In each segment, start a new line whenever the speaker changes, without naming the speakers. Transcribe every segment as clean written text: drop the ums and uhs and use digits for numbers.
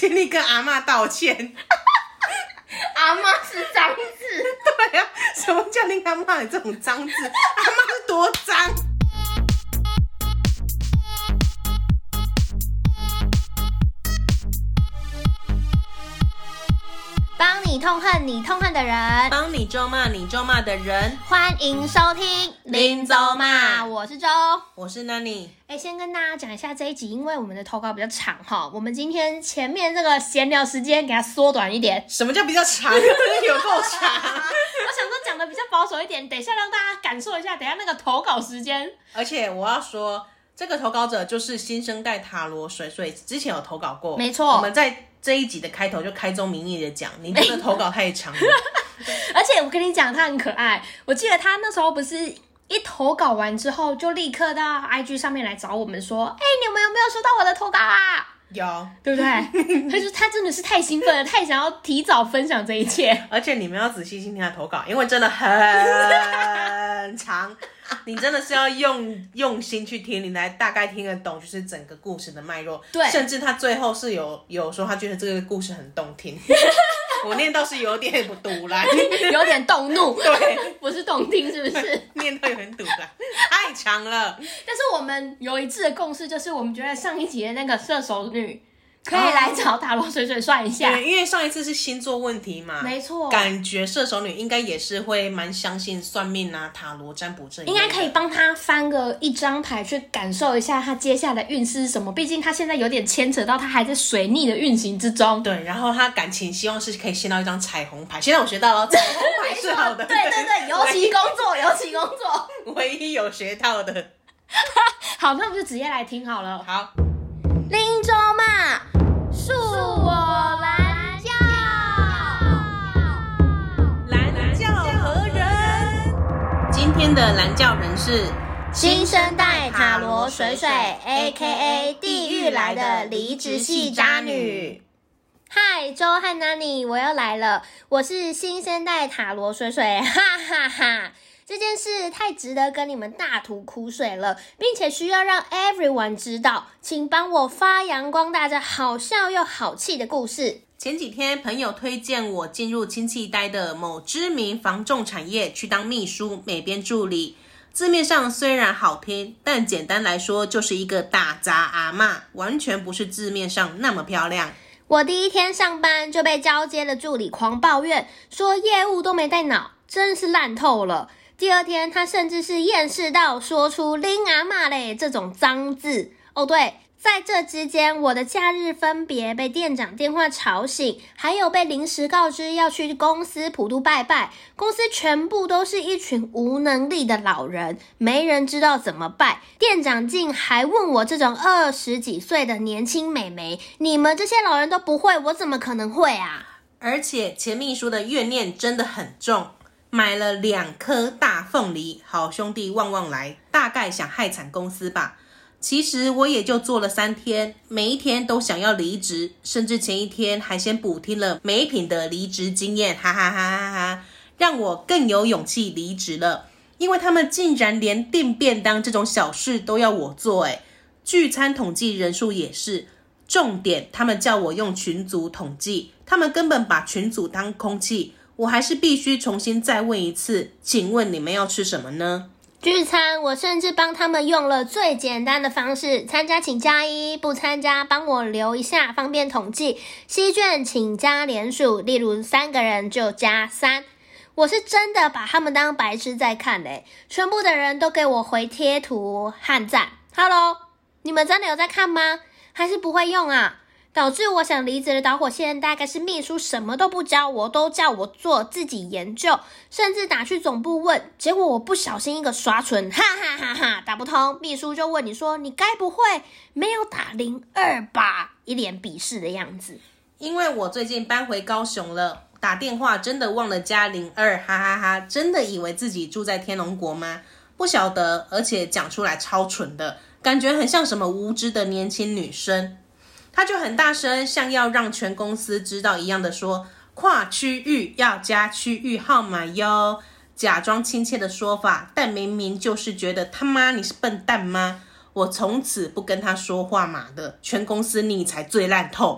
请你跟阿嬷道歉。
阿嬷是脏字。
对啊，什么叫你阿嬷有这种脏字？阿嬷是多脏？
帮你痛恨你痛恨的人，
帮你咒骂你咒骂的人。
欢迎收听
林州骂，
我是周，
我是 Nani。
先跟大家讲一下这一集，因为我们的投稿比较长哈，我们今天前面这个闲聊时间给它缩短一点。
什么叫比较长？有够长。
我想说讲的比较保守一点，等一下让大家感受一下，等一下那个投稿时间。
而且我要说，这个投稿者就是新生代塔罗水水，之前有投稿过。
没错，
我们在这一集的开头就开宗明义的讲，你这个投稿太长了。
而且我跟你讲，他很可爱。我记得他那时候不是一投稿完之后，就立刻到 IG 上面来找我们说：“你们有没有收到我的投稿啊？”
有，
对不对？他真的是太兴奋了，太想要提早分享这一切。
而且你们要仔细听他的投稿，因为真的很长。你真的是要用心去听，你才大概听得懂，就是整个故事的脉络。
对，
甚至他最后是有说他觉得这个故事很动听。我念到是有点不堵啦，
有点动怒，
对，
不是动听，是不是？
念到有点堵啦，太长了。
但是我们有一致的共识，就是我们觉得上一集的那个射手女可以来找塔罗水水算一下。
对，因为上一次是星座问题嘛，
没错，
感觉射手女应该也是会蛮相信算命啊、塔罗占卜这一类的，
应该可以帮她翻个一张牌，去感受一下她接下来的运势是什么。毕竟她现在有点牵扯到她还在水逆的运行之中。
对，然后她感情希望是可以掀到一张彩虹牌。现在我学到了，彩虹牌是好的。
对，尤其工作，
唯一有学到的。
好，那我们就直接来听好了。
好，
林州骂，恕我蓝教，
蓝教何人？今天的蓝教人是
新生代塔罗水水 AKA 地狱来的离职系渣女。嗨，周和 Nani， 我又来了，我是新生代塔罗水水，哈哈哈。这件事太值得跟你们大吐苦水了，并且需要让 everyone 知道，请帮我发扬光大这好笑又好气的故事。
前几天朋友推荐我进入亲戚待的某知名房仲产业去当秘书、美编助理。字面上虽然好听，但简单来说就是一个打杂阿嬷，完全不是字面上那么漂亮。
我第一天上班就被交接的助理狂抱怨，说业务都没带脑，真是烂透了。第二天他甚至是厌世到说出拎阿嬷嘞这种脏字。哦对，在这之间我的假日分别被店长电话吵醒，还有被临时告知要去公司普渡拜拜，公司全部都是一群无能力的老人，没人知道怎么拜，店长竟还问我这种20几岁的年轻美眉，你们这些老人都不会，我怎么可能会啊？
而且前秘书的怨念真的很重，买了2颗大凤梨，好兄弟旺旺来，大概想害惨公司吧。其实我也就做了3天，每一天都想要离职，甚至前一天还先补听了美品的离职经验，哈哈哈哈哈，让我更有勇气离职了。因为他们竟然连订便当这种小事都要我做，聚餐统计人数也是。重点，他们叫我用群组统计，他们根本把群组当空气。我还是必须重新再问一次，请问你们要吃什么呢？
聚餐，我甚至帮他们用了最简单的方式，参加请加1，不参加帮我留一下，方便统计。西卷请加连数，例如3个人就加3。我是真的把他们当白痴在看嘞，全部的人都给我回贴图和赞。Hello， 你们真的有在看吗？还是不会用啊？导致我想离职的导火线大概是秘书什么都不教我，都叫我做自己研究，甚至打去总部问，结果我不小心一个刷存，哈哈哈哈，打不通，秘书就问你说你该不会没有打02吧？一脸鄙视的样子。
因为我最近搬回高雄了，打电话真的忘了加02，哈哈哈，真的以为自己住在天龙国吗？不晓得，而且讲出来超蠢的，感觉很像什么无知的年轻女生。他就很大声，像要让全公司知道一样的说，跨区域要加区域号码哟，假装亲切的说法，但明明就是觉得他妈你是笨蛋吗？我从此不跟他说话嘛的，全公司你才最烂透。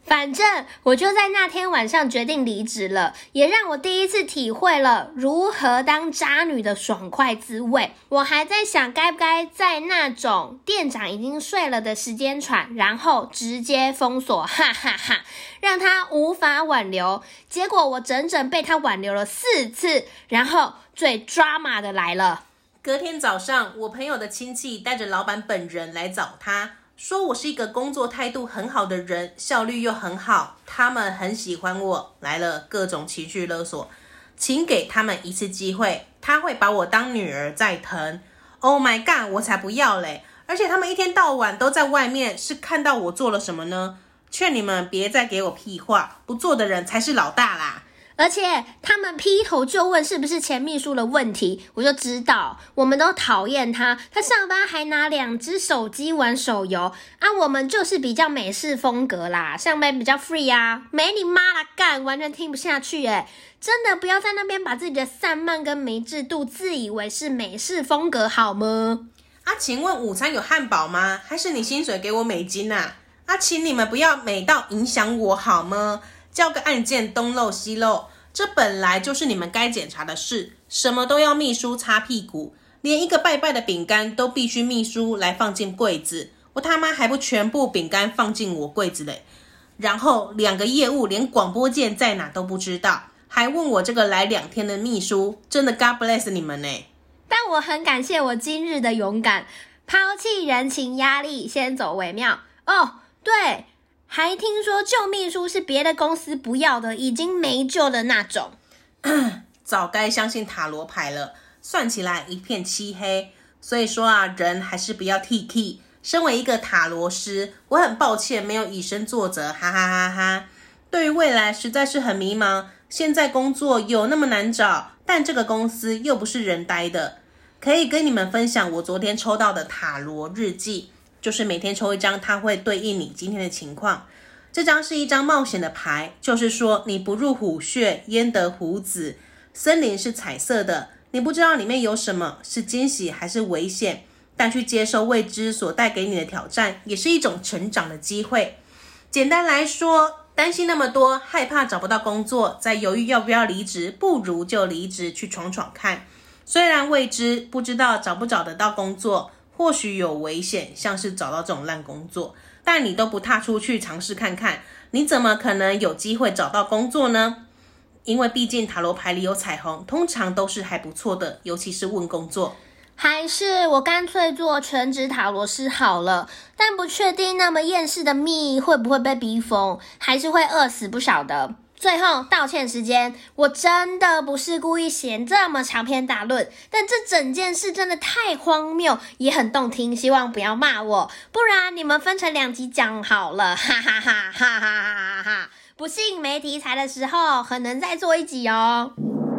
反正我就在那天晚上决定离职了，也让我第一次体会了如何当渣女的爽快滋味。我还在想该不该在那种店长已经睡了的时间传，然后直接封锁，哈哈哈，让他无法挽留。结果我整整被他挽留了4次，然后最 drama 的来了。
隔天早上，我朋友的亲戚带着老板本人来找他，说我是一个工作态度很好的人，效率又很好，他们很喜欢我，来了各种情绪勒索，请给他们一次机会，他会把我当女儿在疼。Oh my god， 我才不要嘞！而且他们一天到晚都在外面，是看到我做了什么呢？劝你们别再给我屁话，不做的人才是老大啦。
而且他们劈头就问是不是前秘书的问题，我就知道我们都讨厌他，他上班还拿2只手机玩手游啊，我们就是比较美式风格啦，上班比较 free 啊，没你妈啦干，完全听不下去耶！真的不要在那边把自己的散漫跟没制度自以为是美式风格好吗？
请问午餐有汉堡吗？还是你薪水给我美金啊？请你们不要美到影响我好吗？交个案件东漏西漏，这本来就是你们该检查的事，什么都要秘书擦屁股，连一个拜拜的饼干都必须秘书来放进柜子，我他妈还不全部饼干放进我柜子嘞？然后2个业务连广播键在哪都不知道，还问我这个来2天的秘书，真的 God bless 你们呢。
但我很感谢我今日的勇敢，抛弃人情压力，先走为妙。哦，对，还听说旧秘书是别的公司不要的，已经没救的那种。
早该相信塔罗牌了，算起来一片漆黑。所以说人还是不要 TK。身为一个塔罗师，我很抱歉没有以身作则，哈哈哈哈。对于未来实在是很迷茫，现在工作有那么难找，但这个公司又不是人呆的。可以跟你们分享我昨天抽到的塔罗日记，就是每天抽一张，它会对应你今天的情况。这张是一张冒险的牌，就是说你不入虎穴，焉得虎子。森林是彩色的，你不知道里面有什么，是惊喜还是危险，但去接受未知所带给你的挑战，也是一种成长的机会。简单来说，担心那么多，害怕找不到工作，在犹豫要不要离职，不如就离职去闯闯看。虽然未知，不知道找不找得到工作，或许有危险，像是找到这种烂工作，但你都不踏出去尝试看看，你怎么可能有机会找到工作呢？因为毕竟塔罗牌里有彩虹，通常都是还不错的，尤其是问工作。
还是我干脆做全职塔罗师好了，但不确定那么厌世的蜜会不会被逼疯，还是会饿死不晓得。最后道歉时间，我真的不是故意写这么长篇大论，但这整件事真的太荒谬，也很动听，希望不要骂我，不然你们分成2集讲好了，哈哈哈哈哈哈哈！不信没题材的时候，可能再做1集哦。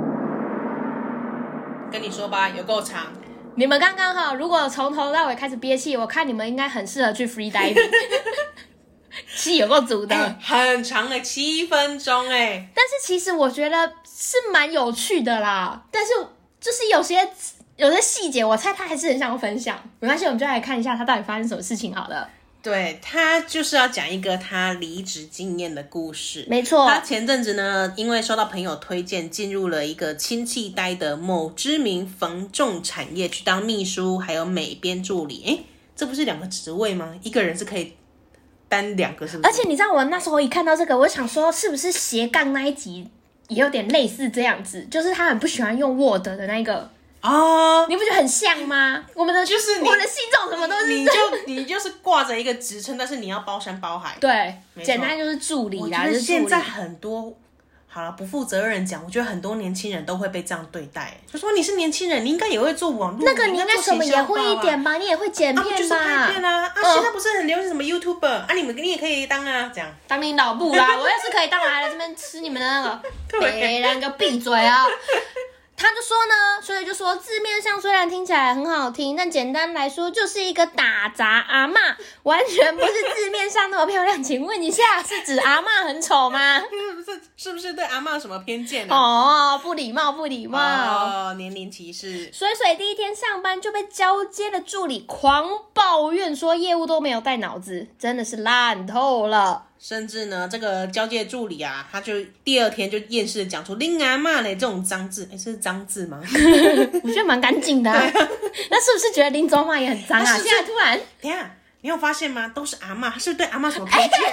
跟你说吧，有够长。
你们刚刚好，如果从头到尾开始憋气，我看你们应该很适合去 free diving。气有够足的，
很长的7分钟哎。
但是其实我觉得是蛮有趣的啦，但是就是有些细节，我猜他还是很想要分享。没关系，我们就来看一下他到底发生什么事情好了。
对，他就是要讲一个他离职经验的故事。
没错，
他前阵子呢，因为收到朋友推荐，进入了一个亲戚待的某知名房仲产业去当秘书，还有美编助理。这不是2个职位吗？一个人是可以担2个，是不是？
而且你知道，我那时候一看到这个，我想说，是不是斜杠那一集也有点类似这样子？就是他很不喜欢用 Word 的那个。你不觉得很像吗？我们的就是我们的信众什么都是
你就是挂着一个职称，但是你要包山包海。
对，简单就是助理啦。就是
现在很多好了，不负责任讲，我觉得很多年轻人都会被这样对待。就说你是年轻人，你应该也会做网络，
那个你应该什么也会一点吧？你也会剪片吧？
就是拍片啊！现在不是很流行什么 YouTuber 你也可以当啊，这样
当你老布啦。我要是可以当，来了这边吃你们的那个，别人个闭嘴啊！他就说呢，所以就说字面上虽然听起来很好听，但简单来说就是一个打杂阿嬷，完全不是字面上那么漂亮。请问一下，是指阿嬷很丑吗？
不是不是对阿嬷有什么偏见
哦，不礼貌，不礼貌。
哦，年龄歧视。
水水第一天上班就被交接的助理狂抱怨说业务都没有带脑子，真的是烂透了。
甚至呢，这个交接助理啊，他就第二天就厌世的讲出"恁阿嬷嘞"这种脏字，这是脏字吗？
我觉得蛮干净的、啊。那是不是觉得林总妈也很脏啊？现在突然，
等一下，你有发现吗？都是阿嬷，他是不是对阿嬷什么偏见？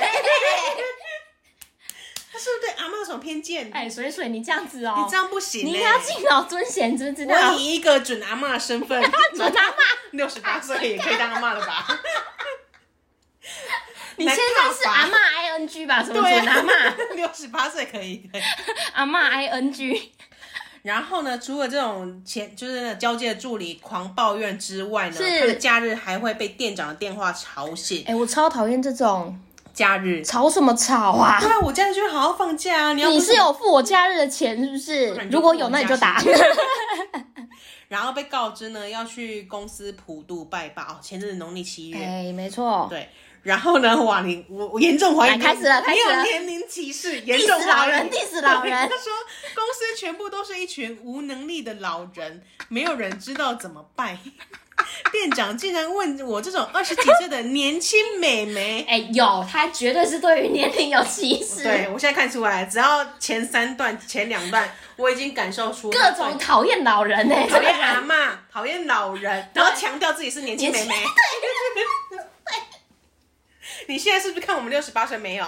他是不是对阿嬷有什么偏见？
水水，你这样子哦，
你这样不行、欸，
你应该要敬老尊贤，知不知道？
我以一个准阿嬷的身份，
准阿嬷
，68岁也可以当阿嬷了吧？
你现在是阿嬷 ing 吧？什么准阿嬷
？68岁可以，
阿嬷 ing。
然后呢，除了这种就是那交接的助理狂抱怨之外呢，他的假日还会被店长的电话吵醒。
我超讨厌这种
假日，
吵什么吵啊？
对啊，我假日就会好好放假啊！
你是有付我假日的钱是不是？如果有，那你就打。
然后被告知呢要去公司普渡拜拜哦，前阵子农历7月，
没错，
对。然后呢，哇，我严重怀疑
开始了，
你有年龄歧视，严重怀疑
diss 老人。
他说公司全部都是一群无能力的老人，没有人知道怎么拜。店长竟然问我这种20几岁的年轻美眉，
有，他绝对是对于年龄有歧视。
对，我现在看出来，只要前2段，我已经感受出
各种讨厌老人
讨厌阿嬷，讨厌老人，然后强调自己是年轻美眉。你现在是不是看我们68岁没有？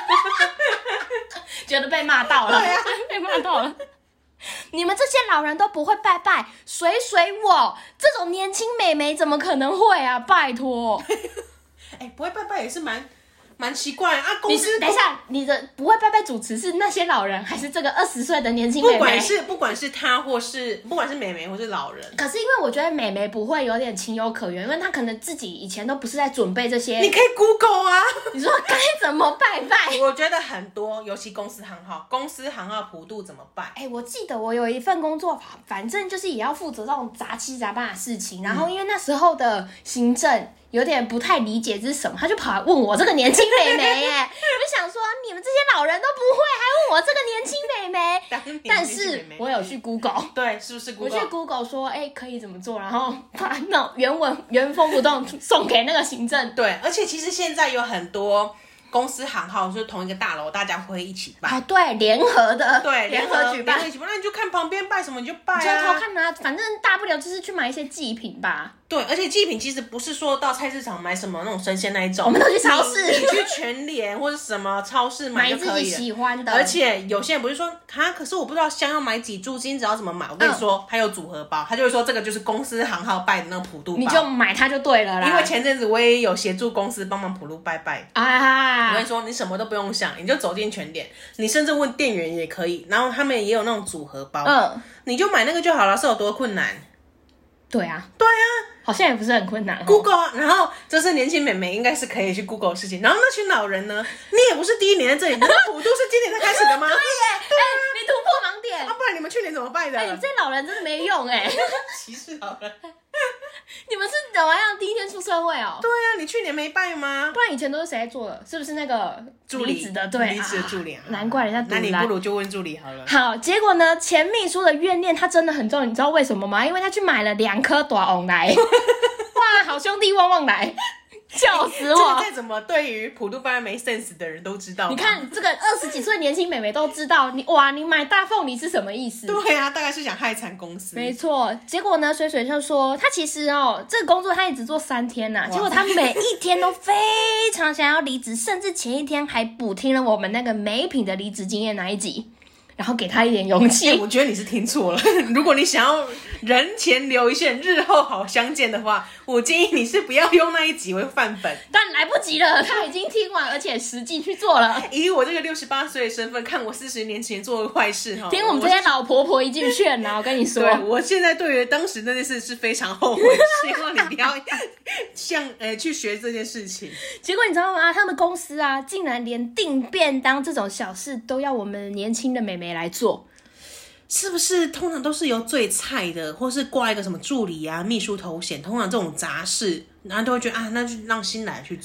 觉得被骂到了，
对啊，
被骂到了。你们这些老人都不会拜拜，水我这种年轻美眉怎么可能会啊？拜托，
不会拜拜也是蛮奇怪啊。公司
等一下，你的不会拜拜主持是那些老人，还是这个20岁的年轻美眉？
不管是他或是不管是美眉或是老人。
可是因为我觉得美眉不会有点情有可原，因为她可能自己以前都不是在准备这些。
你可以 Google 啊。
你说该怎么拜拜？
我觉得很多，尤其公司行号普渡怎么拜？
我记得我有一份工作，反正就是也要负责这种杂七杂八的事情。然后因为那时候的行政有点不太理解这是什么，他就跑来问我这个年轻美眉耶。我就想说你们这些老人都不会，还问我这个年轻美眉。但是我有去 Google，
对，是不是 Google？
我去 Google 说可以怎么做，然后把那原封不动送给那个行政。
对，而且其实现在有很多公司行号就是同一个大楼，大家会一起拜。
对，联合的，
对，
联合举办。
那你就看旁边拜什么你就拜啊，
你就偷看啊，反正大不了就是去买一些祭品吧。
对，而且祭品其实不是说到菜市场买什么那种生鲜那一种，
我们都去超市，
你去全联或者什么超市买就可以了，
买自己喜欢的。
而且有些人不是说可是我不知道香要买几株，金子要怎么买。我跟你说，它有组合包，他就会说这个就是公司行号拜的那个普渡包，
你就买它就对了啦。
因为前阵子我也有协助公司帮忙普渡拜拜啊，我跟你说，你什么都不用想，你就走进全联，你甚至问店员也可以，然后他们也有那种组合包，你就买那个就好了，是有多困难？
对啊，好像也不是很困难。
Google， 然后这是年轻美眉应该是可以去 Google 的事情。然后那群老人呢，你也不是第一年在这里，你的普渡是今年才开始的吗？
对耶，你突破盲点。
不然你们去年怎么拜的？
你们这些老人真的没用
歧视老人。
你们是怎么样第一天出社会哦？
对啊，你去年没拜吗？
不然以前都是谁在做的？是不是那个
助理
离职的？对，
离职的助理啊。
难怪人家。
那你不如就问助理好了。
好，结果呢，前秘书的怨念他真的很重，你知道为什么吗？因为他去买了2颗大王来，哇，好兄弟旺旺来。笑死我！
再怎么对于普渡拜没 sense 的人都知道。
你看这个20几岁年轻美眉都知道，你买大凤梨是什么意思？
对啊，大概是想害惨公司。
没错，结果呢，水水就说他其实这个工作他也只做3天呐，结果他每一天都非常想要离职，甚至前一天还补听了我们那个美品的离职经验那一集。然后给他一点勇气。
我觉得你是听错了。如果你想要人前留一线，日后好相见的话，我建议你是不要用那一集为范本。
但来不及了，他已经听完，而且实际去做了。
以我这个68岁的身份，看我40年前做的坏事，
听我们这些老婆婆一句劝啊，我跟你说，
对，我现在对于当时那件事是非常后悔，希望你不要去学这件事情。
结果你知道吗？他们公司啊，竟然连订便当这种小事都要我们年轻的美眉来做。
是不是通常都是由最菜的，或是挂一个什么助理啊、秘书头衔，通常这种杂事，然后都会觉得啊，那就让新来去做。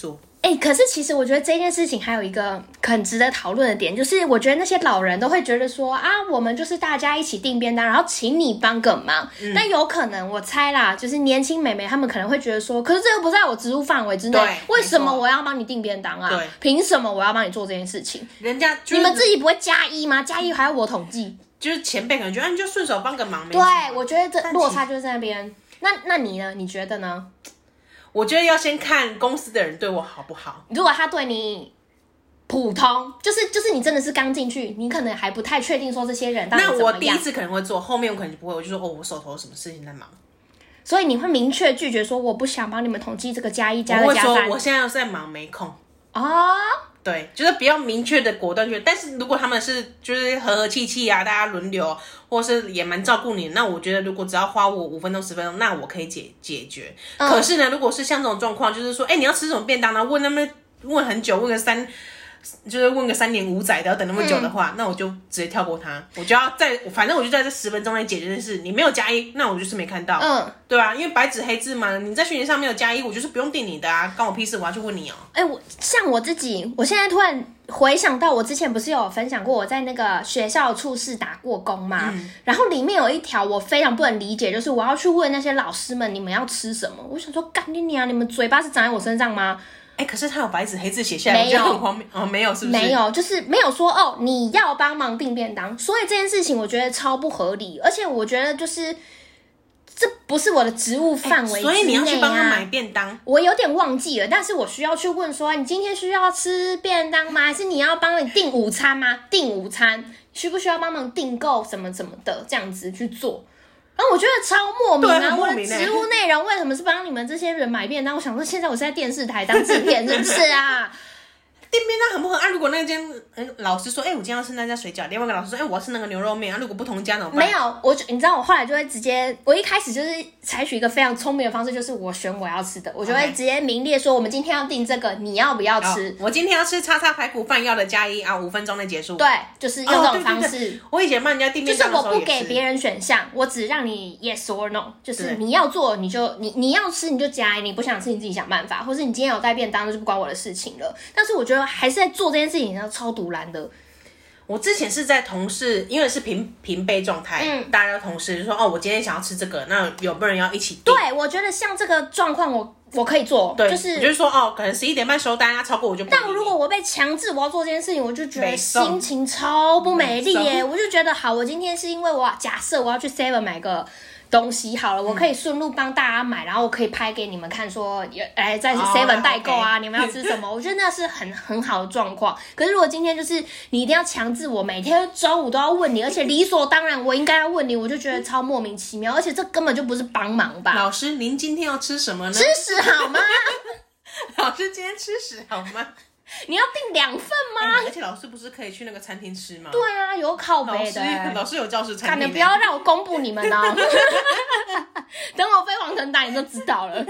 可是其实我觉得这件事情还有一个很值得讨论的点，就是我觉得那些老人都会觉得说啊，我们就是大家一起订便当，然后请你帮个忙。但有可能我猜啦，就是年轻美眉她们可能会觉得说，可是这又不在我职务范围之内，为什么我要帮你订便当啊？凭什么我要帮你做这件事情？
人家、
你们自己不会加一吗？加一还要我统计？
就是前辈可能觉得你就顺手帮个忙，
对，我觉得这落差就是在那边。那你呢？你觉得呢？
我觉得要先看公司的人对我好不好。
如果他对你普通，就是你真的是刚进去，你可能还不太确定说这些人到底怎么样。
那我第一次可能会做，后面我可能就不会，我就说我手头有什么事情在忙。
所以你会明确拒绝说我不想帮你们统计这个加1加2加3。
我会说我现在在忙，没空。对，就是比较明确的果断决。但是如果他们是就是和和气气啊，大家轮流，或是也蛮照顾你，那我觉得如果只要花我5分钟10分钟，那我可以解决。可是呢，如果是像这种状况，就是说，你要吃什么便当呢？问他们问很久，问个3年5载的，要等那么久的话，那我就直接跳过他。我就要反正我就在这10分钟内解决这件事。你没有加1，那我就是没看到，对吧？因为白纸黑字嘛，你在讯息上没有加1，我就是不用定你的啊，关我屁事，我要去问你哦。
像我自己，我现在突然回想到，我之前不是有分享过我在那个学校处室打过工嘛，然后里面有一条我非常不能理解，就是我要去问那些老师们，你们要吃什么？我想说，干你娘，你们嘴巴是长在我身上吗？
可是他有白纸黑字写下来，没有很荒谬没有，是不是？
没有，就是没有说你要帮忙订便当，所以这件事情我觉得超不合理，而且我觉得就是这不是我的职务范围之内啊，
所以你要去帮他买便当。
我有点忘记了，但是我需要去问说，你今天需要吃便当吗？还是你要帮你订午餐吗？订午餐需不需要帮忙订购什么什么的，这样子去做。然后我觉得超莫名啊！我的职务内容为什么是帮你们这些人买便当？我想说，现在我是在电视台当制片，是不是啊？
订便当很不合啊！如果那间老师说，我今天要吃那家水饺，另外一个老师说，我要吃那个牛肉面啊。如果不同家怎么办？
没有，你知道我后来就会直接，我一开始就是采取一个非常聪明的方式，就是我选我要吃的，我就会直接明列说，我们今天要订这个，你要不要吃？
我今天要吃叉叉排骨饭，要的加1啊，5分钟内结束。
对，就是用这种方式。
对，我以前帮人家订便当的时候
就是我不给别人选项，我只让你 yes or no， 就是你要做你就你要吃你就加，你不想吃你自己想办法，或是你今天有带便当，那就不关我的事情了。但是我觉得还是在做这件事情上超独蓝的。
我之前是在同事，因为是平辈状态，大家同事就说我今天想要吃这个，那有没有人要一起订？
对，我觉得像这个状况我可以做，
对，
就是
我就说可能11点半收单，超过我就不。
但如果我被强制我要做这件事情，我就觉得心情超不美丽耶。我就觉得好，我今天是因为假设我要去 Seven 买个东西好了，我可以顺路帮大家买，然后我可以拍给你们看说，在 Seven 代购啊，你们要吃什么？我觉得那是很好的状况。可是如果今天就是你一定要强制我每天中午都要问你，而且理所当然我应该要问你，我就觉得超莫名其妙，而且这根本就不是帮忙吧？
老师，您今天要吃什么呢？
吃屎好吗？
老师今天吃屎好吗？
你要订2份吗？
而且老师不是可以去那个餐厅吃吗？
对啊，有靠北的。
老师有教室餐厅。
你不要让我公布你们哦。等我飞黄腾达，你就知道了。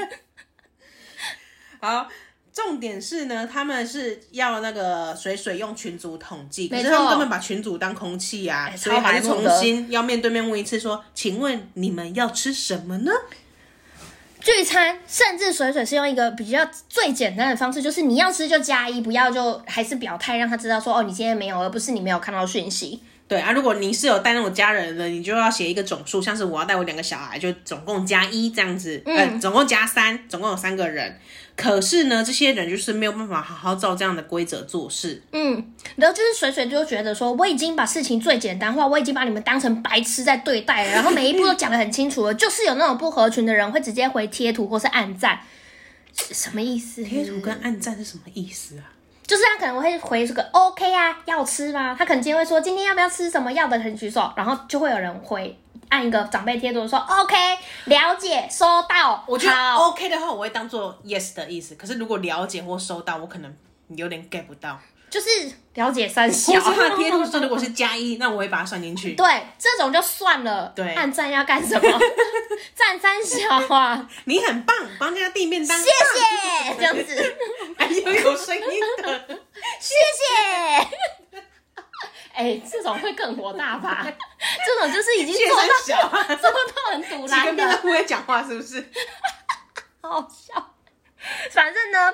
好，重点是呢，他们是要那个水用群组统计，可
没错，
是他们根本把群组当空气啊，所以还是重新要面对面问一次说，请问你们要吃什么呢？
聚餐甚至水是用一个比较最简单的方式，就是你要吃就加1，不要就还是表态让他知道说你今天没有，而不是你没有看到讯息。
对啊，如果你是有带那种家人的，你就要写一个总数，像是我要带我2个小孩，就总共加1这样子，总共加3，总共有3个人。可是呢，这些人就是没有办法好好照这样的规则做事。
然后就是水就觉得说，我已经把事情最简单化，我已经把你们当成白痴在对待了，然后每一步都讲得很清楚了。就是有那种不合群的人会直接回贴图或是按赞，什么意思？
贴图跟按赞是什么意思啊？
就是他可能会回这个 OK 啊，要吃吗？他可能今天会说今天要不要吃什么，要的可以举手，然后就会有人回按一个长辈贴图说 OK 了解收到。
我觉得 OK 的话，我会当做 yes 的意思。可是如果了解或收到，我可能有点 get 不到。
就是了解3小，
或是他的贴图说如果是加1，那我会把它算进去。
对，这种就算了。
对，
按赞要干什么？赞3小啊！
你很棒，帮人家订便当，
谢谢。这样子，
还有声音的，
谢谢。这种会更火大吧？这种就是已经做到很堵拦的，
不会讲话是不是？
好笑。反正呢，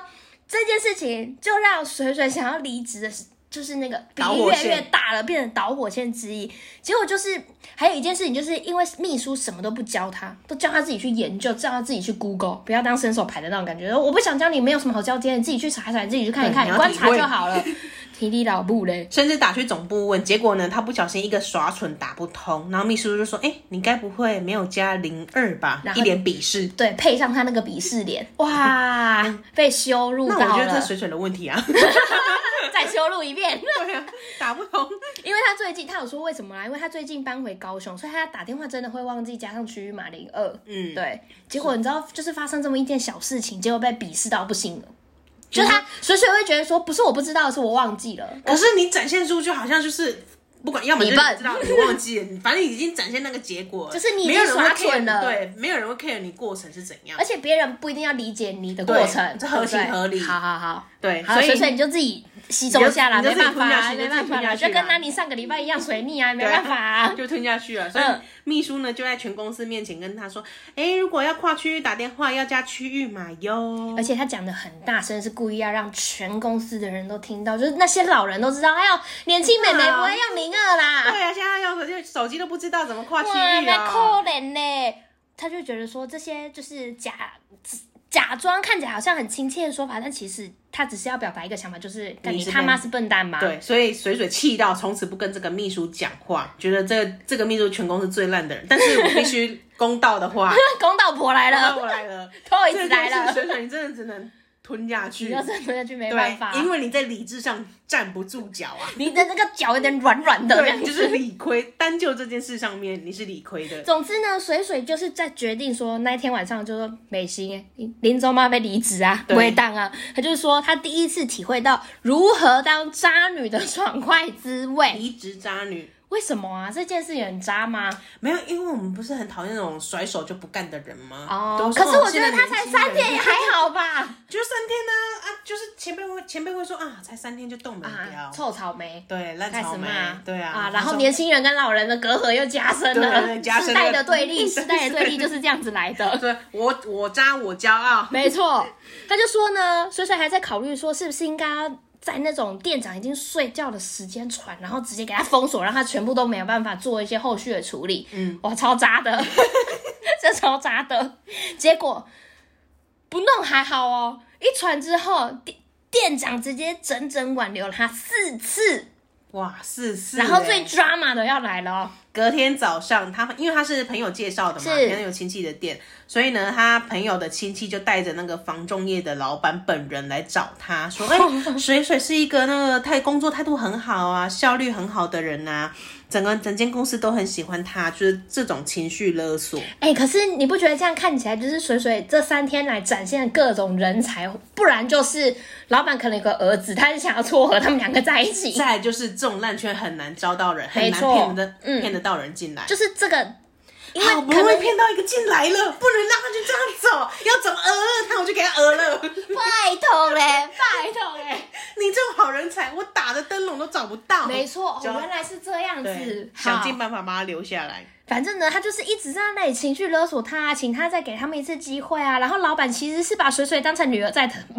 这件事情就让水水想要离职的就是那个比例越来越大了，变成导火线之一。结果就是还有一件事情，就是因为秘书什么都不教他，都叫他自己去研究，叫他自己去 Google， 不要当伸手牌的那种感觉。我不想教你，没有什么好教今天，你自己去查一查，你自己去看一看，你观察就好了。体力老母嘞，
甚至打去总部问，结果呢，他不小心一个耍蠢打不通，然后秘书就说：“你该不会没有加02吧？”一脸鄙视，
对，配上他那个鄙视脸，哇，被羞辱到了。
那我觉得这水水的问题啊。
再羞辱一遍，
对啊，打不通。
因为他最近他有说为什么啦？因为他最近搬回高雄，所以他打电话真的会忘记加上区域码02。对。结果你知道，就是发生这么一件小事情，结果被鄙视到不行了。就他水水会觉得说，不是我不知道，是我忘记了。
可是你展现出就好像就是不管，要么就是你知道你忘记了，反正你已经展现那个结果了，
就是你已经耍蠢了。
对，没有人会 care 你过程是怎样，
而且别人不一定要理解你的过程，
这合情合理。
好，
对，
所以你就自己吸收下来，没办法
啦，
就跟你上个礼拜一样水逆啊，没办法啊，
就吞下去了。所以秘书呢就在全公司面前跟他说：“如果要跨区域打电话，要加区域码哟。”
而且他讲的很大声，是故意要让全公司的人都听到，就是那些老人都知道，还有年轻妹妹不会用02啦。
对啊，现在用手机都不知道怎么跨区域啊，
那可怜呢。他就觉得说这些就是假装看起来好像很亲切的说法，但其实他只是要表达一个想法，就是你他妈是笨蛋吗？
对，所以水水气到从此不跟这个秘书讲话，觉得这个秘书全公司最烂的人。但是我必须公道的话，
公道婆来了，
我来了
，Toys 来了，
水水你真的只能吞下去，
你要真的吞下去没办法，
因为你在理智上站不住脚啊，
你的那个脚有点软软的，
对，就是理亏。单就这件事上面，你是理亏的。
总之呢，水水就是在决定说那一天晚上就说美心林州妈被离职啊，不会当啊，他就是说他第一次体会到如何当渣女的爽快滋味。
离职渣女。
为什么啊？这件事有很渣吗？
没有，因为我们不是很讨厌那种甩手就不干的人吗？
可是我觉得他才3天也还好吧，
就3天呢就是前辈会说啊，才3天就动没掉，
臭草莓，
对，烂草莓，对啊，
然后年轻人跟老人的隔阂又加深了，时代的对立，时代的对立就是这样子来的。
对，我渣我骄傲，
没错。他就说呢，水水还在考虑说是不是应该要在那种店长已经睡觉的时间传，然后直接给他封锁，让他全部都没有办法做一些后续的处理。哇，超渣的，这超渣的。结果不弄还好哦，一传之后，店长直接整整挽留了他4次。
哇，4次！
然后最 drama 的要来了哦。
隔天早上，因为他是朋友介绍的嘛，朋友亲戚的店，所以呢，他朋友的亲戚就带着那个房仲业的老板本人来找他，说：“水水是一个那个工作态度很好啊，效率很好的人啊，整间公司都很喜欢他，就是这种情绪勒索。”
可是你不觉得这样看起来就是水水这3天来展现各种人才，不然就是老板可能有个儿子，他是想要撮合他们2个在一起。
再来就是这种烂圈很难招到人，很难骗得到人进来，
就是这个。因为
好不容易骗到一个进来了，不能让他就这样走，要怎么他我就给他了。
拜托嘞，
你这种好人才，我打的灯笼都找不到。
没错，原来是这样子，
想尽办法把他留下来。
反正呢，他就是一直在那里情绪勒索他，请他再给他们一次机会啊。然后老板其实是把水水当成女儿在疼。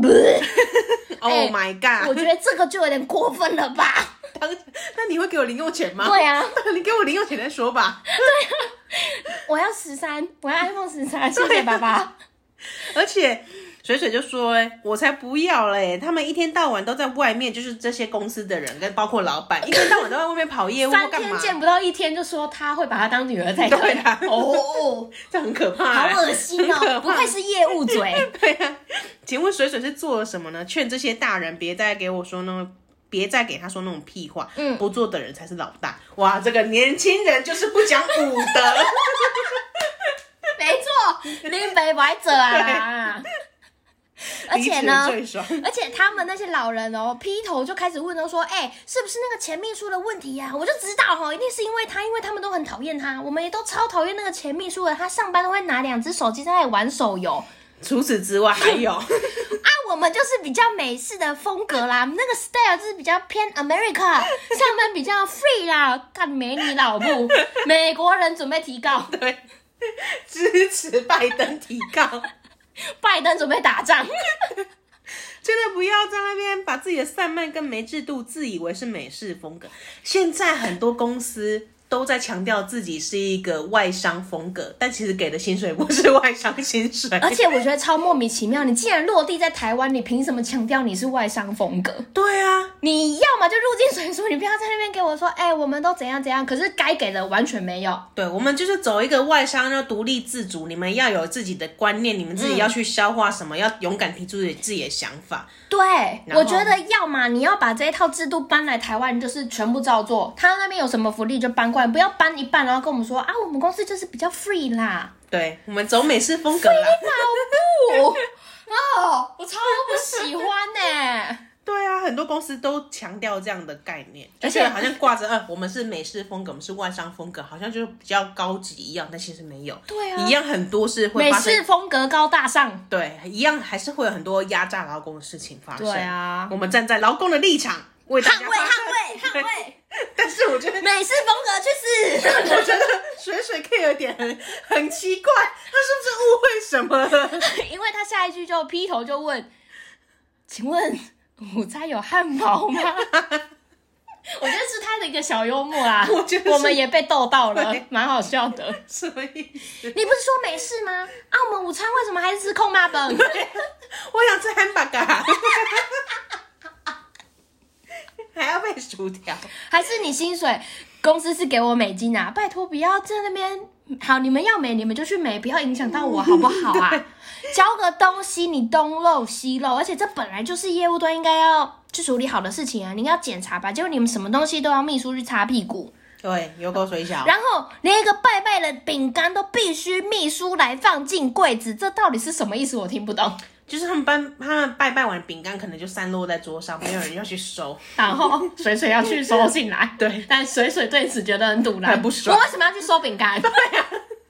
Oh my god！
我觉得这个就有点过分了吧？
那你会给我零用钱吗？
对啊，
你给我零用钱再说吧。
对啊，我要13，我要 iPhone 13，谢谢爸爸。
而且水水就说：“我才不要嘞！他们一天到晚都在外面，就是这些公司的人，跟包括老板，一天到晚都在外面跑业务，干嘛？3
天见不到1天，就说他会把他当女儿在对
啊。这很可怕，
好恶心哦！不愧是业务嘴。
对啊，请问水水是做了什么呢？劝这些大人别再给我说呢。”别再给他说那种屁话，不做的人才是老大。哇，这个年轻人就是不讲武德。
没错，林北不爱做啊。而且呢，而且他们那些老人劈头就开始问说，是不是那个前秘书的问题啊？我就知道一定是因为他们都很讨厌他，我们也都超讨厌那个前秘书的，他上班都会拿2只手机在那里玩手游。
除此之外还有
我们就是比较美式的风格啦，那个 style 就是比较偏 America， 上班比较 free 啦，干美女老母，美国人准备提告，
对，支持拜登提告，
拜登准备打仗。
真的不要在那边把自己的散漫跟没制度自以为是美式风格。现在很多公司都在强调自己是一个外商风格，但其实给的薪水不是外商薪水。
而且我觉得超莫名其妙，你既然落地在台湾，你凭什么强调你是外商风格？
对啊，
你要么就入境随俗，你不要在那边给我说，我们都怎样怎样，可是该给的完全没有。
对，我们就是走一个外商要独立自主，你们要有自己的观念，你们自己要去消化什么，要勇敢提出自己的想法。
对，我觉得要嘛你要把这一套制度搬来台湾，就是全部照做，他那边有什么福利就搬过来，不要搬一半然后跟我们说啊，我们公司就是比较 free 啦。
对，我们走美式风格啦。
老不我超不喜欢呢。
对啊，很多公司都强调这样的概念，而且好像挂着我们是美式风格，我们是外商风格，好像就是比较高级一样，但其实没有。
对啊，
一样很多是会
美
发生
式风格高大上。
对，一样还是会有很多压榨劳工的事情发生。
对啊，
我们站在劳工的立场为大家
捍卫。
但是我觉得
美式风格去死。
我觉得水水 K 有点很奇怪，他是不是误会什么了？
因为他下一句就劈头就问，请问午餐有汉堡吗？我觉得是他的一个小幽默啦，
我觉得
我们也被逗到了，蛮好笑的。
什么意思？
你不是说美式吗？啊，我们午餐为什么还是吃空麻本？
我想吃汉堡嘎，还要配薯条，
还是你薪水公司是给我美金啊？拜托不要在那边。好，你们要美你们就去美，不要影响到我好不好啊？交个东西你东漏西漏，而且这本来就是业务端应该要去处理好的事情啊，你要检查吧。结果你们什么东西都要秘书去擦屁股。
对，有够水小。
然后连一个拜拜的饼干都必须秘书来放进柜子，这到底是什么意思？我听不懂。
就是他们拜拜完饼干可能就散落在桌上，没有人要去收，
然后水水要去收进来，
对，
但水水对此觉得很堵然，
很不爽。
我为什么要去收饼干？对呀，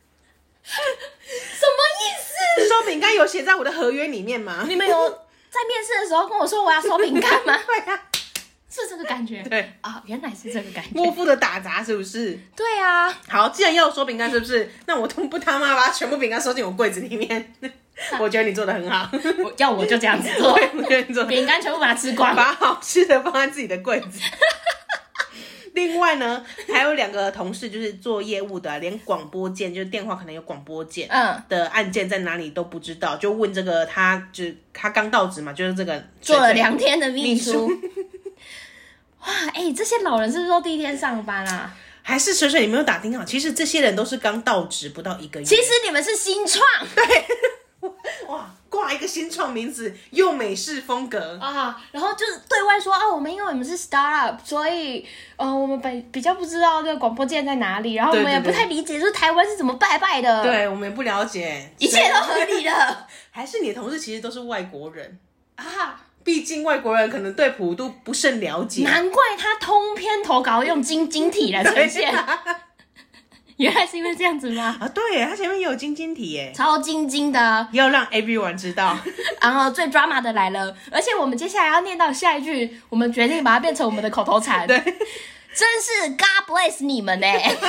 什么意思？
收饼干有写在我的合约里面吗？
你们有在面试的时候跟我说我要收饼干吗？
对呀，
是这个感觉。
对
啊，原来是这个感觉。
莫夫的打杂是不是？
对啊。
好，既然要收饼干，是不是？那我不他妈把全部饼干收进我柜子里面。我觉得你做的很好，
我就这样子做，饼干全部把它吃光，
把好吃的放在自己的柜子。另外呢，还有2个同事就是做业务的，连广播键就是电话可能有广播键的按键在哪里都不知道，就问这个他刚到职嘛，就是这个
做了2天的秘书。哇，这些老人是不是都第一天上班啊？
还是水水你没有打听好，其实这些人都是刚到职不到1个月。
其实你们是新创。
对。哇，挂一个新创名字，又美式风格
啊，然后就是对外说我们因为我们是 startup， 所以我们比较不知道这个广播键在哪里，然后我们也不太理解，就是台湾是怎么拜拜的。
对，我们也不了解，
一切都合理的。
还是你的同事其实都是外国人啊？毕竟外国人可能对普渡不甚了解，
难怪他通篇投稿用晶体来呈现。原来是因为这样子吗？
啊，对，他前面也有晶体耶，
超晶的，
要让 everyone 知道。
然后最 drama 的来了，而且我们接下来要念到下一句，我们决定把它变成我们的口头禅。
对，
真是 God bless 你们呢。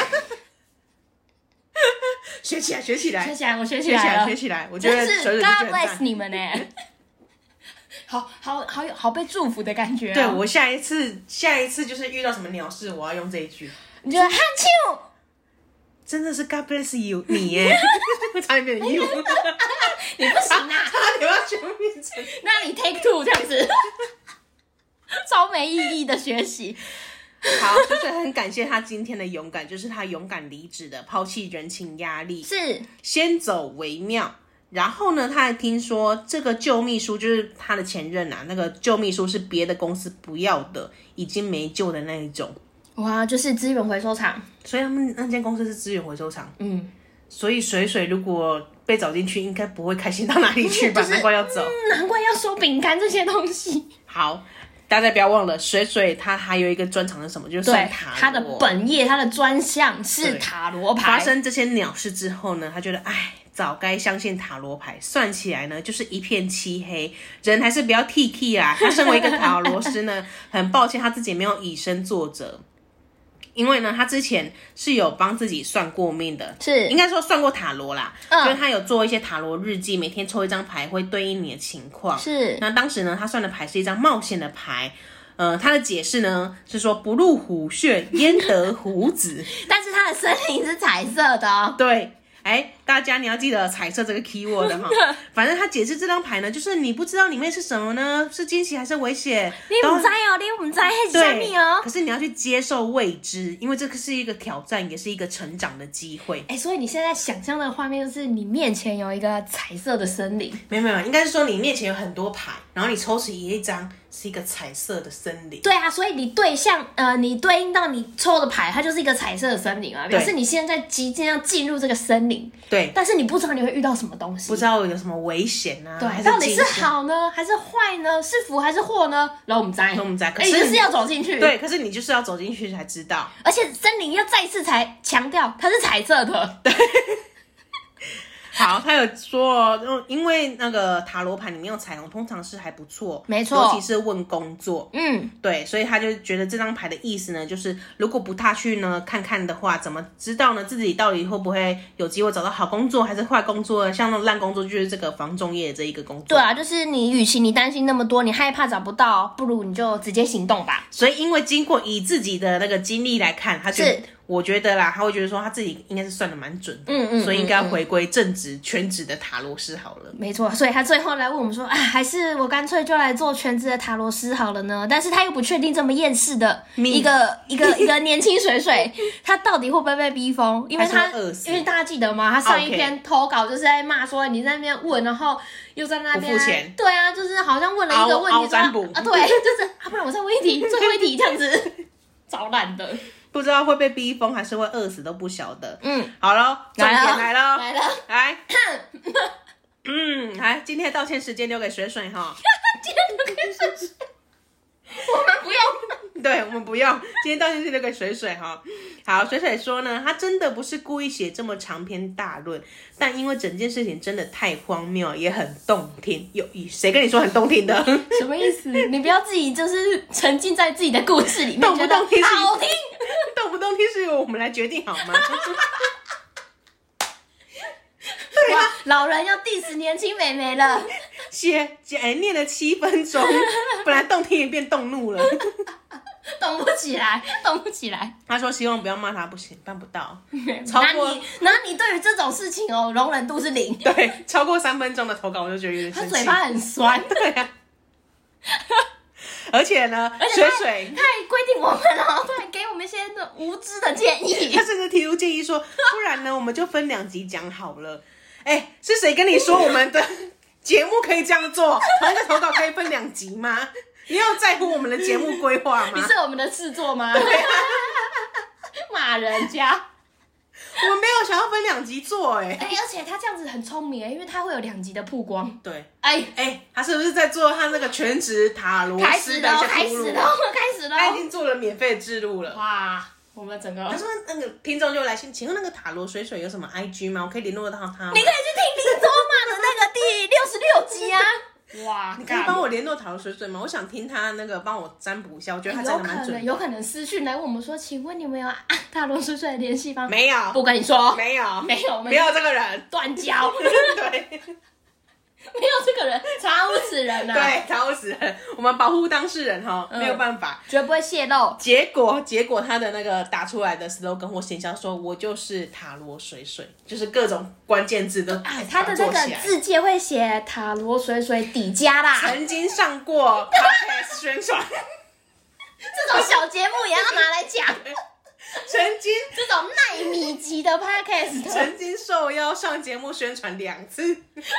学起来，学起来，
学起来，我学起来了，
学起来，我觉得
真是 God bless 你们呢。好被祝福的感觉。
对，我下一次就是遇到什么鸟事，我要用这一句。
你觉得哈啾？
真的是 God bless you 你耶，差点变成 you，
你不行啊，
差点要全部变成，
那你 take 2这样子，超没意义的学习。
好，就是很感谢他今天的勇敢，就是他勇敢离职的，抛弃人情压力，
是
先走为妙。然后呢，他还听说这个旧秘书就是他的前任啊，那个旧秘书是别的公司不要的，已经没救的那一种。
哇，就是资源回收厂，
所以他们那间公司是资源回收厂。所以水水如果被找进去，应该不会开心到哪里去吧？难怪要走，
难怪要收饼干这些东西。
好，大家不要忘了，水水他还有一个专长是什么？就是算塔罗。
他的本业，他的专项是塔罗牌。
发生这些鸟事之后呢，他觉得早该相信塔罗牌，算起来呢就是一片漆黑，人还是不要 T 啦。他身为一个塔罗师呢，很抱歉他自己没有以身作则。 因为呢，他之前是有帮自己算过命的，
是
应该说算过塔罗啦，就是他有做一些塔罗日记，每天抽一张牌会对应你的情况。
是，
那当时呢，他算的牌是一张冒险的牌。他的解释呢是说不入虎穴焉得虎子，
但是它的森林是彩色的哦。
对。大家你要记得彩色这个 keyword 哈。反正他解释这张牌呢，就是你不知道里面是什么呢，是惊喜还是危险，
你不知哦，你不知道是什么哦。
可是你要去接受未知，因为这个是一个挑战，也是一个成长的机会。
所以你现在想象的画面就是你面前有一个彩色的森林。
没有，应该是说你面前有很多牌，然后你抽起一张是一个彩色的森林。
对啊，所以你你对应到你抽的牌，它就是一个彩色的森林啊，表示你现在即将要进入这个森林。
对，
但是你不知道你会遇到什么东西，
不知道有什么危险啊，
对，到底是好呢，还是坏呢？是福还是祸呢？然后我们猜，可是你就是要走进去。
对，可是你就是要走进去才知道。
而且森林要再一次才强调，它是彩色的。
对。好，他有说，因为那个塔罗牌里面有彩虹，通常是还不错，
没错，
尤其是问工作，对，所以他就觉得这张牌的意思呢，就是如果不踏去呢看看的话，怎么知道呢自己到底会不会有机会找到好工作，还是坏工作？像那种烂工作，就是这个房仲业的这一个工作。
对啊，就是你，与其你担心那么多，你害怕找不到，不如你就直接行动吧。
所以，因为经过以自己的那个经历来看，他觉得。我觉得啦，他会觉得说他自己应该是算的蛮准的，所以应该要回归正职全职的塔罗师好了。
没错，所以他最后来问我们说，还是我干脆就来做全职的塔罗师好了呢？但是他又不确定这么厌世的一个年轻水水，他到底会不会被逼疯？因为大家记得吗？他上一篇投稿就是在骂说你在那边问，然后又在那边
不付钱。
对啊，就是好像问了一个问题
占卜
对，就是不然我再问一题，最后一题这样子，超烂的。
不知道会被逼疯还是会饿死都不晓得。好了，重点来了，来，来，今天的道歉时间留给水水哈。
今天留给水水，我们不用。
对，我们不用。今天道歉是留给水水哈。好，水水说呢，他真的不是故意写这么长篇大论，但因为整件事情真的太荒谬，也很动听。谁跟你说很动听的？
什么意思？你不要自己就是沉浸在自己的故事里面，
动不动听
好听，
动不动听是由我们来决定好吗？
哇，老人要 diss 年轻妹妹了，
念了7分钟，本来动听也变动怒了。
动不起来，动不起来。
他说希望不要骂他，不行，办不到。
那你对于这种事情容忍度是0。
对，超过3分钟的投稿我就觉得有点生气。
他嘴巴很酸。
对啊。而且呢，水水
他还规定我们他还给我们一些无知的建议。
他甚至提出建议说，不然呢，我们就分2集讲好了。是谁跟你说我们的节目可以这样做？同一个投稿可以分2集吗？你有在乎我们的节目规划吗？
你是我们的制作吗？
对啊，
骂人家。
我们没有想要分2集做而
且他这样子很聪明因为他会有2集的曝光。
对，
他
是不是在做他那个全职塔罗师的一些
开始了，
他已经做了免费的置入了。
哇，我们整个
他说那个听众就来信，请问那个塔罗水水有什么 IG 吗？我可以联络到他吗？
你可以去听林周骂的那个第66集啊。哇，
你可以帮我联络塔罗水水吗？我想听他那个帮我占卜一下，我觉得他真的蛮准。
有可能私讯来问我们说，请问你们有塔罗水水的联系方？
没有，
不跟你说，
没有这个人，
断交。
对。
没有这个人，查无此人啊！
对，查无此人，我们保护当事人没有办法，
绝不会泄露。
结果他的那个打出来的 slogan 或形象说，我就是塔罗水水，就是各种关键字都
他的那个字界会写塔罗水水底加啦。
曾经上过 podcast 宣传，
这种小节目也要拿来讲。
曾经
这种奈米级的 podcast，
曾经受邀上节目宣传2次。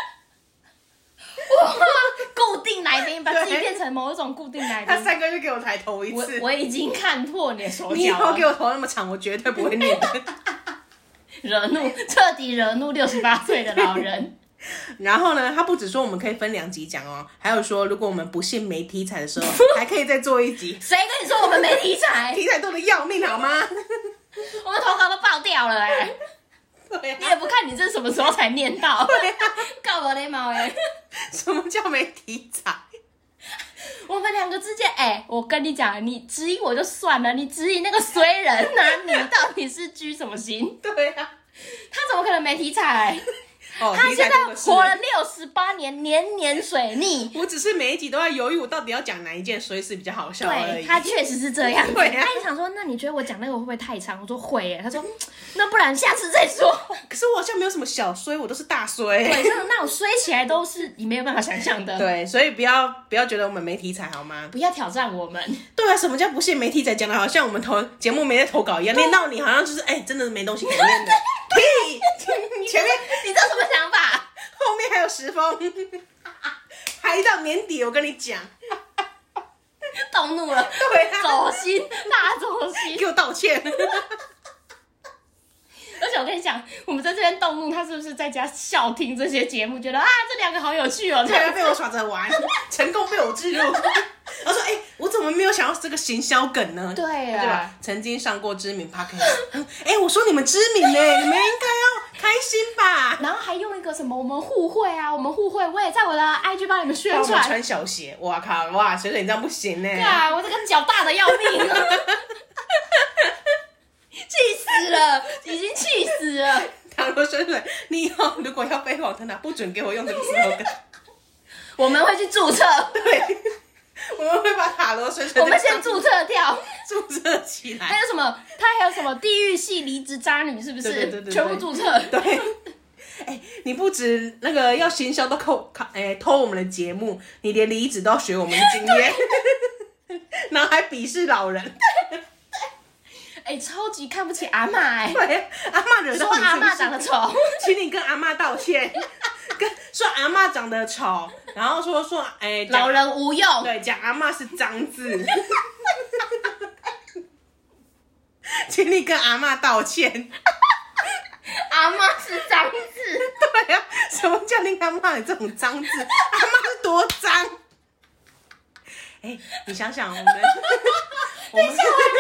哇，固定来宾，把自己变成某一种固定来宾。
他3个月给我才投1次，
我已经看破你的手脚了。
你以后给我投那么长，我绝对不会念的。
惹怒，彻底惹怒68岁的老人。
然后呢，他不只说我们可以分2集讲还有说如果我们不幸没题材的时候，还可以再做1集。
谁跟你说我们没题材？
题材多的要命好吗？
我们投稿都爆掉了
对啊，
你也不看你这什么时候才念到？
对啊，
告我雷毛
什么叫没题材？
我们两个之间，我跟你讲，你质疑我就算了，你质疑那个衰人啊，你到底是居什么心？
对啊，
他怎么可能没题材？
他
现在活了68年，年年水逆。
我只是每一集都在犹豫，我到底要讲哪一件衰事比较好笑而已。
对，他确实是这样子。
对啊，
他也想说，那你觉得我讲那个会不会太长？我说会耶。他说，那不然下次再说。
可是我好像没有什么小衰，我都是大衰。
对，那种衰起来都是你没有办法想象的。
对，所以不要觉得我们没题材好吗？
不要挑战我们。
对啊，什么叫不信没题材？讲的好像我们节目没在投稿一样，念到你好像就是真的没东西可念的。屁！前面
你知道什么想法？
后面还有10封，排到年底，我跟你讲，
动怒了，
对啊，
走心，大走心，
给我道歉。
而且我跟你讲，我们在这边动怒，他是不是在家笑听这些节目，觉得这两个好有趣哦？
对啊，被我耍着玩，成功被我置入。他说：“我怎么没有想到这个行销梗呢？”
对啊，
对吧？曾经上过知名 podcast，我说你们知名呢，你们应该要开心吧？
然后还用一个什么我们互惠啊，我也在我的 IG 帮你们宣传。
帮我们穿小鞋，哇靠，哇，水水你这样不行呢。
我这个脚大的要命。气死了，已经气死了。
他说：“水水，你以后如果要飞黄腾达，不准给我用这个 slogan。
我们会去注册。
对，我们会把塔罗水水，
我们先注册掉，
注册起来。
还有什么？他还有什么地狱系离职渣女，是不是？
对，
全部注册。
对。你不止那个要行销都偷我们的节目，你连离职都要学我们的经验，然后还鄙视老人。
超级看不起阿嬷
对，阿嬷惹到你是不是？
说阿嬷长得丑，
请你跟阿嬷道歉。说阿嬷长得丑，然后说
老人无用，
对，讲阿嬷是脏字。请你跟阿嬷道歉。
阿嬷是脏字。
对啊，什么叫你阿嬷有这种脏字？阿嬷是多脏？你想想我们
我还没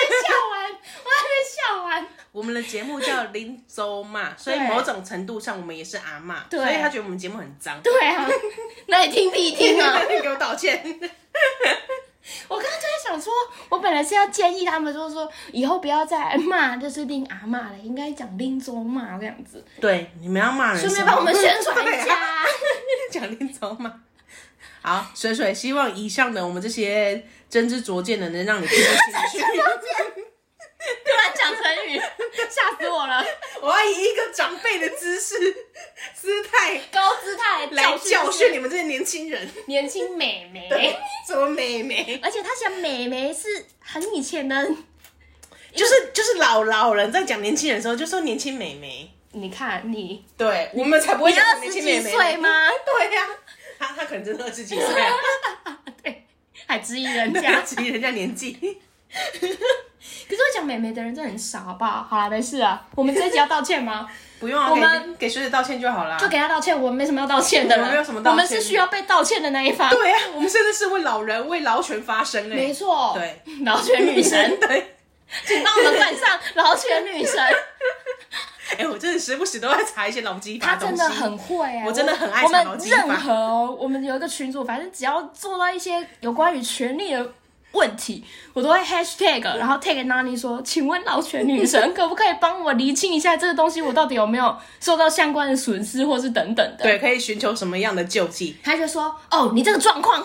笑完。
我们的节目叫林州骂，所以某种程度上我们也是阿嬷，所以他觉得我们节目很脏。
对啊，那你听屁听啊！
你给我道歉。
我刚刚就在想说，我本来是要建议他们说以后不要再骂就是拎阿嬷了，应该讲林州骂这样子。
对，你们要骂人，
顺便帮我们宣传一下。
讲林州骂。好，水水，希望以上的我们这些真知灼见的能让你听得进去。
突然讲成语，吓死我了！
我要以一个长辈的姿态、
高姿态
来教训你们这些年轻人。
年轻美眉，
什么美眉？
而且他讲美眉是很以前的，
就是老人在讲年轻人的时候就说年轻美眉。
你看你，
对我们才不会讲年轻美眉。
你20几岁吗？
对呀，他可能真的20几岁啊。
对，还质疑人家，
质疑人家年纪。
可是会讲美眉的人真的很少，好不好？好啦，没事啊。我们这一集要道歉吗？
不用啊，我们给学姐道歉就好啦。
就给他道歉，我们没什么要道歉的了。
我们没有什么道歉，
我们是需要被道歉的那一方。
对啊，我们甚至是为老人、为劳权发声
没错，
对，
劳权女神，
对，
请帮我们冠上劳权女神。
我真的时不时都在查一些劳基法东西。
他真的很会我
真的很爱查劳基法。
我们任何我们有一个群组，反正只要做到一些有关于权利的问题，我都会 hashtag， 然后 tag Nani 说，请问劳权女神可不可以帮我厘清一下这个东西，我到底有没有受到相关的损失，或是等等的？
对，可以寻求什么样的救济？
他就说，你这个状况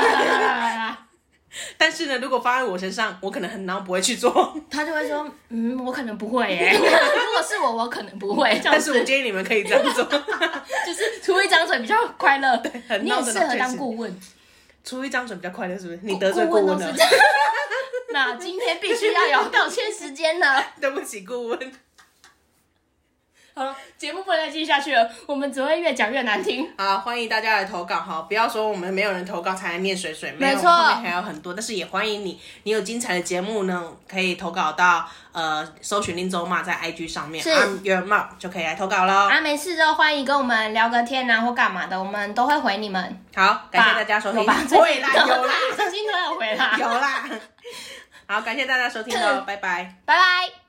但是呢，如果发在我身上，我可能很孬，不会去做。
他就会说，我可能不会耶。如果是我可能不会。
但是我建议你们可以这样做，
就是出一张嘴比较快乐。
对，很
你也适合当顾问。
出一张嘴比较快乐，是不是？你得罪顾问了。
那今天必须要有道歉时间了。
对不起，顾问。
好，节目不能再继续下去了，我们只会越讲越难听。
好，欢迎大家来投稿，好，不要说我们没有人投稿才来念水水，
没错，
后面还有很多，但是也欢迎你有精彩的节目呢，可以投稿到搜寻林州骂在 IG 上面 I'm your mom 就可以来投稿咯。
没事就欢迎跟我们聊个天或干嘛的，我们都会回你们。
好，感谢大家收听。
会啦，
有啦，
最近都有回啦，
有啦。好，感谢大家收听咯，拜拜，
拜拜。